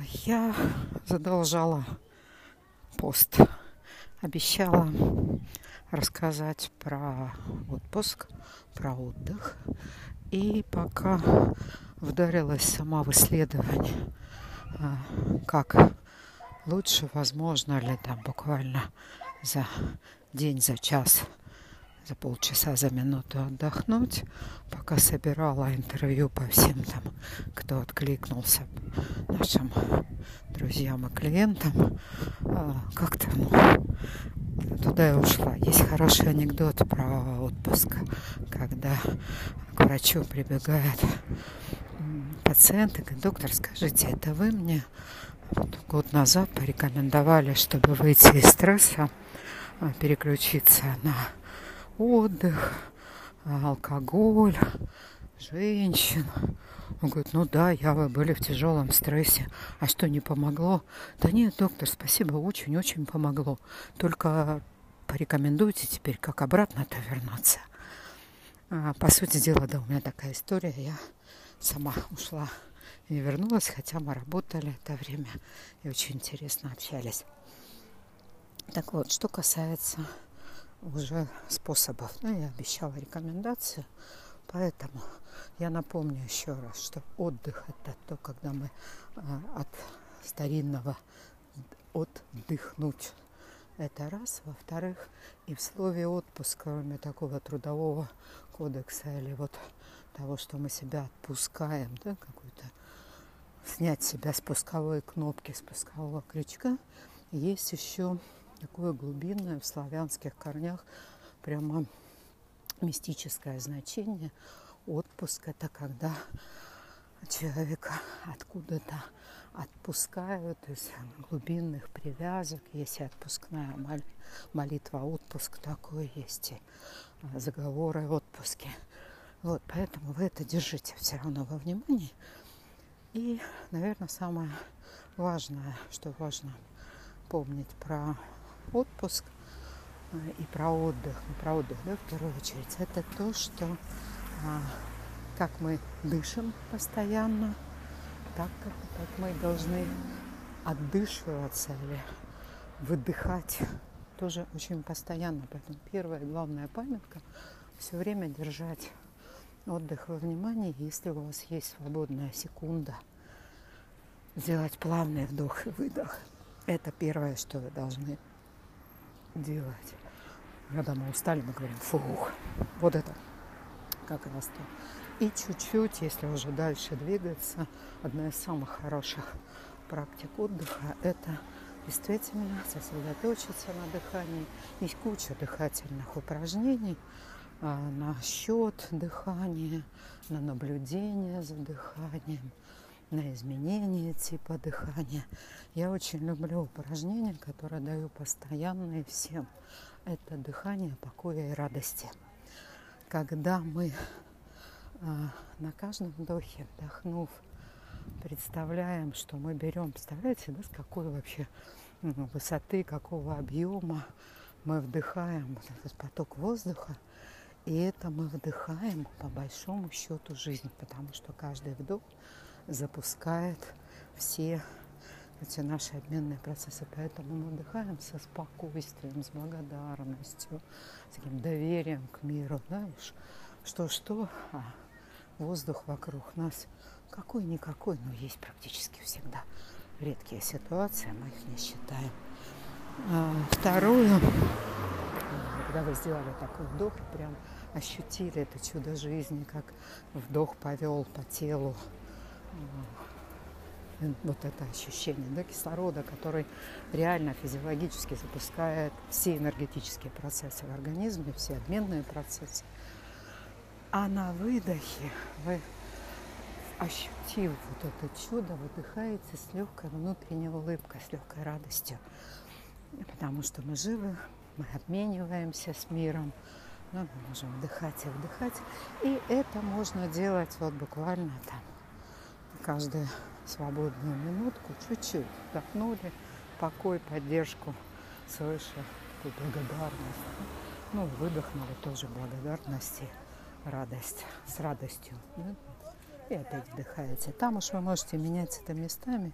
Я задолжала пост. Обещала рассказать про отпуск, про отдых. И пока вдарилась сама в исследование, как лучше, возможно ли там буквально за день, за час, за полчаса, за минуту отдохнуть, пока собирала интервью по всем там, кто откликнулся, нашим друзьям и клиентам, как-то туда и ушла. Есть хороший анекдот про отпуск, когда к врачу прибегает пациент и говорит: доктор, скажите, это вы мне год назад порекомендовали, чтобы выйти из стресса, переключиться на отдых, алкоголь, женщин. Он говорит: ну да, вы были в тяжелом стрессе. А что, не помогло? Да нет, доктор, спасибо, очень-очень помогло. Только порекомендуйте теперь, как обратно-то вернуться. По сути дела, да, у меня такая история. Я сама ушла и вернулась, хотя мы работали это время и очень интересно общались. Так вот, что касается уже способов. Я обещала рекомендацию, поэтому я напомню еще раз, что отдых – это то, когда мы от старинного отдохнуть. Это раз. Во-вторых, и в слове отпуск, кроме такого трудового кодекса или вот того, что мы себя отпускаем, да, какую-то снять с себя спусковой кнопки, спускового крючка, есть еще такое глубинное в славянских корнях прямо мистическое значение. Отпуск – это когда человека откуда-то отпускают из глубинных привязок. Есть и отпускная молитва, отпуск такой есть, и заговоры отпуски. Вот, поэтому вы это держите все равно во внимании. И, наверное, самое важное, что важно помнить про отпуск и про отдых, да, в первую очередь, это то, что как мы дышим постоянно, так как мы должны отдышиваться или выдыхать тоже очень постоянно. Поэтому первая главная памятка – все время держать отдых во внимании. Если у вас есть свободная секунда, сделать плавный вдох и выдох. Это первое, что вы должны делать. Когда мы устали, мы говорим: фух, вот это как раз то. И чуть-чуть, если уже дальше двигаться, одна из самых хороших практик отдыха – это действительно сосредоточиться на дыхании. Есть куча дыхательных упражнений на счет дыхания, на наблюдение за дыханием, на изменение типа дыхания. Я очень люблю упражнения, которые даю постоянно и всем. Это дыхание покоя и радости. Когда мы на каждом вдохе, вдохнув, представляем, что мы берем, представляете, да, с какой вообще высоты, какого объема мы вдыхаем вот этот поток воздуха, и это мы вдыхаем по большому счету жизнь, потому что каждый вдох запускает все эти наши обменные процессы. Поэтому мы вдыхаем со спокойствием, с благодарностью, с таким доверием к миру. Да? Что, воздух вокруг нас какой-никакой, но есть практически всегда. Редкие ситуации, мы их не считаем. Второе, когда вы сделали такой вдох, прям ощутили это чудо жизни, как вдох повел по телу, вот это ощущение, да, кислорода, который реально физиологически запускает все энергетические процессы в организме, все обменные процессы. А на выдохе вы, ощутив вот это чудо, выдыхаете с легкой внутренней улыбкой, с легкой радостью. Потому что мы живы, мы обмениваемся с миром, мы можем вдыхать и вдыхать. И это можно делать вот буквально там каждую свободную минутку, чуть-чуть вдохнули, покой, поддержку, свыше, такую благодарность. Выдохнули тоже благодарность и радость, с радостью. Да? И опять вдыхаете. Там уж вы можете менять это местами,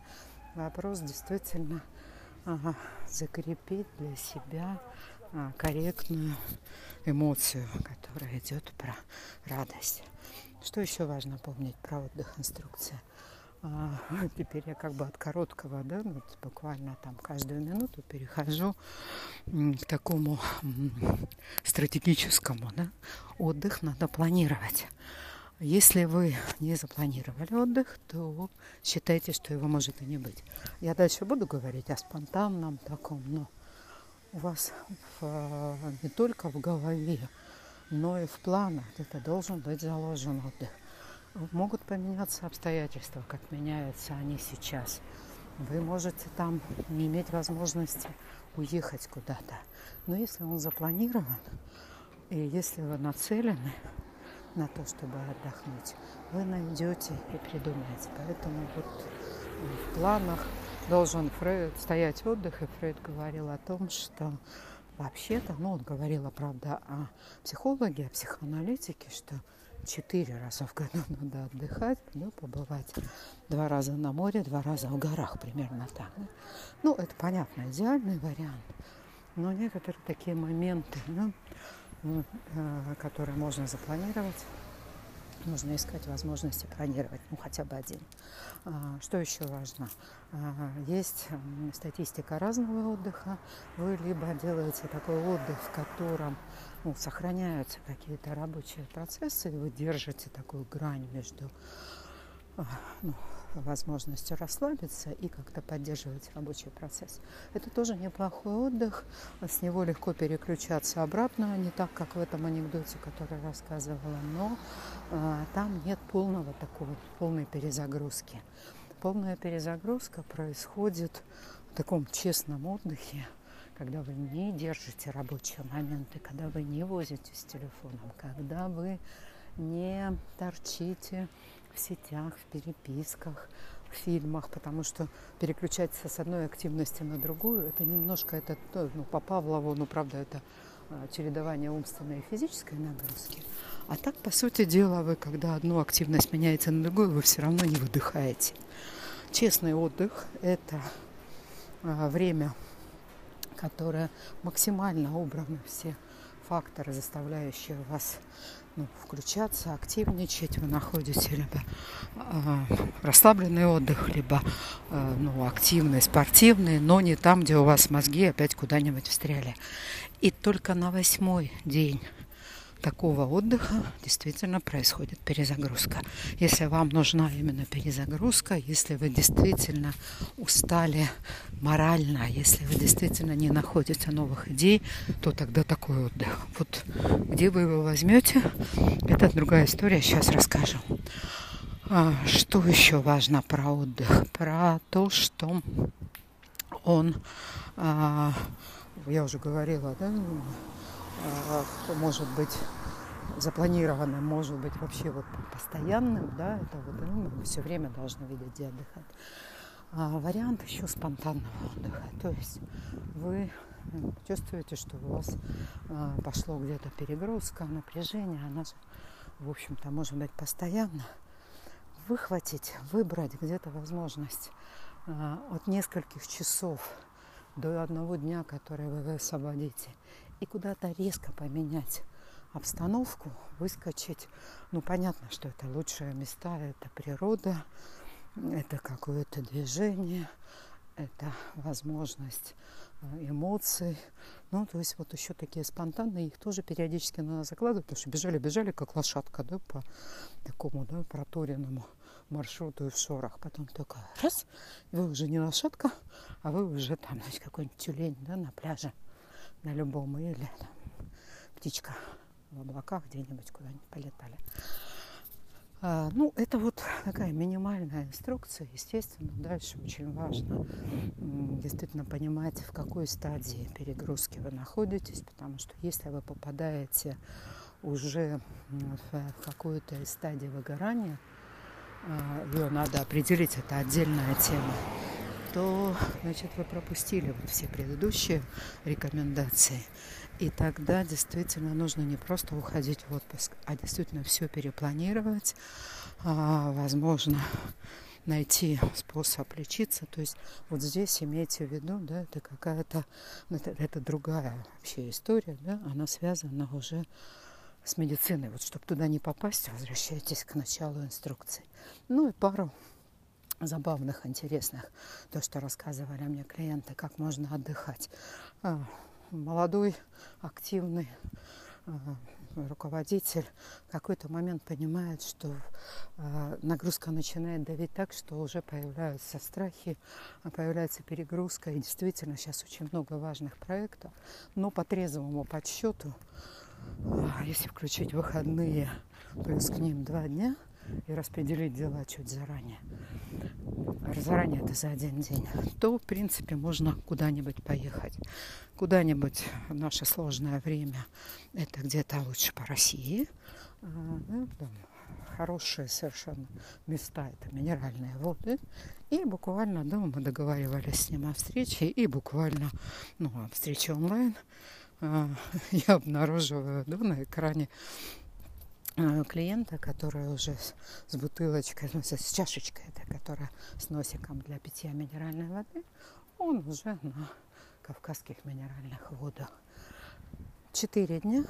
вопрос действительно закрепить для себя корректную эмоцию, которая идет про радость. Что еще важно помнить про отдых? Инструкция. Теперь я как бы от короткого, да, вот буквально там каждую минуту перехожу к такому стратегическому, да. Отдых надо планировать. Если вы не запланировали отдых, то считайте, что его может и не быть. Я дальше буду говорить о спонтанном таком, но у вас не только в голове, но и в планах это должен быть заложен отдых. Могут поменяться обстоятельства, как меняются они сейчас. Вы можете там не иметь возможности уехать куда-то. Но если он запланирован, и если вы нацелены на то, чтобы отдохнуть, вы найдете и придумаете. Поэтому вот в планах должен стоять отдых. И Фрейд говорил о том, что вообще-то, он говорил, правда, о психологе, о психоаналитике, что 4 раза в году надо отдыхать, побывать 2 раза на море, 2 раза в горах, примерно так. Это понятно, идеальный вариант. Но некоторые такие моменты, которые можно запланировать, нужно искать возможности планировать, хотя бы один. Что еще важно? Есть статистика разного отдыха. Вы либо делаете такой отдых, в котором сохраняются какие-то рабочие процессы, и вы держите такую грань между возможностью расслабиться и как-то поддерживать рабочий процесс. Это тоже неплохой отдых. С него легко переключаться обратно, не так, как в этом анекдоте, который я рассказывала, но там нет полной перезагрузки. Полная перезагрузка происходит в таком честном отдыхе, когда вы не держите рабочие моменты, когда вы не возитесь с телефоном, когда вы не торчите в сетях, в переписках, в фильмах, потому что переключаться с одной активности на другую, это немножко, по Павлову, правда, это чередование умственной и физической нагрузки. А так, по сути дела, вы, когда одну активность меняете на другую, вы все равно не выдыхаете. Честный отдых – это время, которое максимально убраны все факторы, заставляющие вас включаться, активничать. Вы находите либо расслабленный отдых, либо активный, спортивный, но не там, где у вас мозги опять куда-нибудь встряли. И только на 8-й день такого отдыха действительно происходит перезагрузка. Если вам нужна именно перезагрузка, если вы действительно устали морально, если вы действительно не находите новых идей, то тогда такой отдых. Вот где вы его возьмете, это другая история, сейчас расскажу. Что еще важно про отдых? Про то, что он, я уже говорила, может быть запланированным, может быть вообще постоянным, это мы все время должны видеть, где отдыхать. Вариант еще спонтанного отдыха. То есть вы чувствуете, что у вас пошло где-то перегрузка, напряжение, она же, в общем-то, может быть постоянно. Выбрать где-то возможность от нескольких часов до 1 дня, который вы высвободите, и куда-то резко поменять обстановку, выскочить. Понятно, что это лучшие места, это природа, это какое-то движение, это возможность эмоций. То есть еще такие спонтанные, их тоже периодически надо закладывать, потому что бежали, как лошадка, по такому, проторенному маршруту и в шорах. Потом только раз, вы уже не лошадка, а вы уже там, какой-нибудь тюлень, на пляже, на любом, или птичка в облаках где-нибудь куда-нибудь полетали. Это такая минимальная инструкция. Естественно, дальше очень важно действительно понимать, в какой стадии перегрузки вы находитесь, потому что если вы попадаете уже в какую-то из стадий выгорания, ее надо определить, это отдельная тема, то, вы пропустили все предыдущие рекомендации. И тогда действительно нужно не просто уходить в отпуск, а действительно все перепланировать. Возможно, найти способ лечиться. То есть вот здесь имейте в виду, да, это какая-то, это другая вообще история, да, она связана уже с медициной. Вот чтобы туда не попасть, возвращайтесь к началу инструкции. Ну и пару забавных, интересных, то, что рассказывали мне клиенты, как можно отдыхать. Молодой, активный руководитель в какой-то момент понимает, что нагрузка начинает давить так, что уже появляются страхи, появляется перегрузка. И действительно сейчас очень много важных проектов, но по трезвому подсчету, если включить выходные плюс к ним 2 дня и распределить дела чуть заранее это за один день, то, в принципе, можно куда-нибудь поехать. Куда-нибудь в наше сложное время, это где-то лучше по России. Там хорошие совершенно места, это минеральные воды. И буквально, да, мы договаривались с ним о встрече, и буквально, о встрече онлайн я обнаруживаю, да, на экране клиента, который уже с бутылочкой, с чашечкой, которая с носиком для питья минеральной воды, он уже на кавказских минеральных водах. 4 дня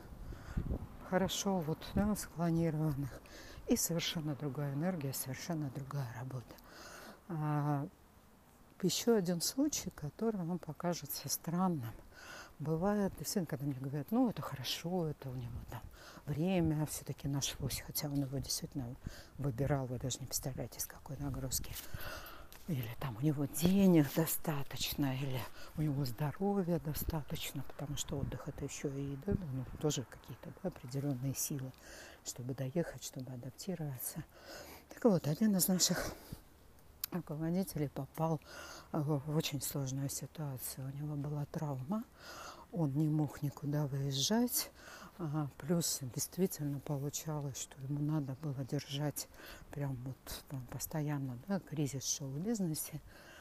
хорошо спланированных, и совершенно другая энергия, совершенно другая работа. Еще один случай, который вам покажется странным. Бывает, действительно, когда мне говорят, это хорошо, это у него там время все-таки нашлось, хотя он его действительно выбирал, вы даже не представляете, с какой нагрузки. Или там у него денег достаточно, или у него здоровья достаточно, потому что отдых это еще и тоже какие-то определенные силы, чтобы доехать, чтобы адаптироваться. Так вот, один из наших руководителей попал в очень сложную ситуацию. У него была травма, он не мог никуда выезжать, плюс действительно получалось, что ему надо было держать прям постоянно, кризис в шоу-бизнесе.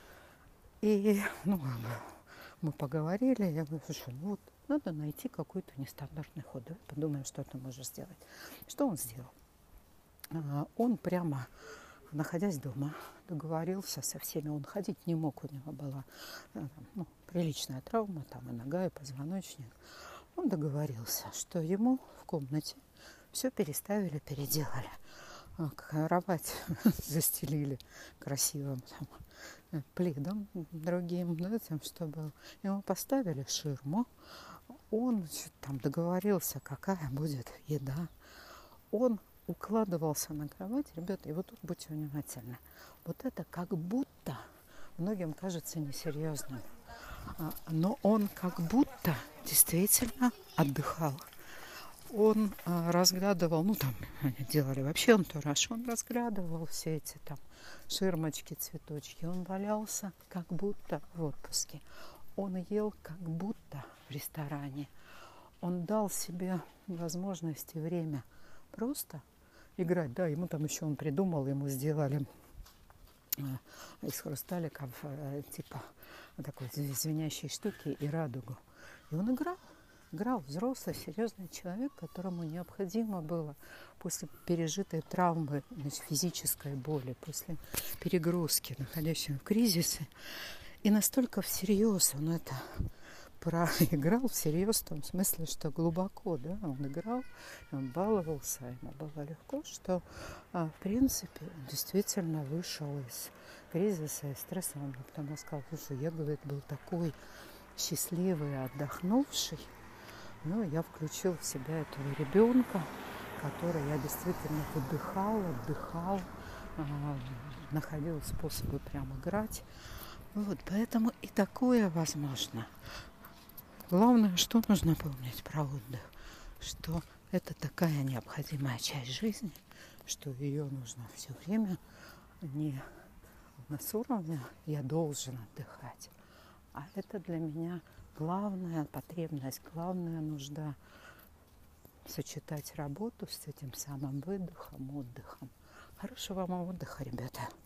И мы поговорили, я говорю, слушай, надо найти какой-то нестандартный ход, давай подумаем, что ты можешь сделать. Что он сделал? Он прямо, находясь дома, договорился со всеми. Он ходить не мог, у него была приличная травма, там и нога, и позвоночник. Он договорился, что ему в комнате все переставили, переделали. Кровать застелили красивым пледом другим, чтобы ему поставили ширму. Он там договорился, какая будет еда. Он укладывался на кровать. Ребята, и вот тут будьте внимательны. Вот это как будто многим кажется несерьезным. Но он как будто действительно отдыхал. Он разглядывал, они делали вообще антураж, он разглядывал все эти там ширмочки, цветочки. Он валялся как будто в отпуске. Он ел как будто в ресторане. Он дал себе возможность и время просто играть. Да, ему там еще он придумал, ему сделали из хрусталиков типа такой звенящей штуки и радугу. И он играл взрослый, серьезный человек, которому необходимо было после пережитой травмы, физической боли, после перегрузки, находящего в кризисе. И настолько всерьез он это проиграл, всерьез в том смысле, что глубоко, да, он играл, он баловался, ему было легко, что, в принципе, он действительно вышел из кризиса и стресса. Он мне потом сказал, слушай, я, говорит, был такой счастливый, отдохнувший. Я включил в себя этого ребенка, который я действительно отдыхал, находил способы прям играть. Поэтому и такое возможно. Главное, что нужно помнить про отдых, что это такая необходимая часть жизни, что ее нужно все время не с уровня «я должен отдыхать», а это для меня главная потребность, главная нужда сочетать работу с этим самым отдыхом. Хорошего вам отдыха, ребята.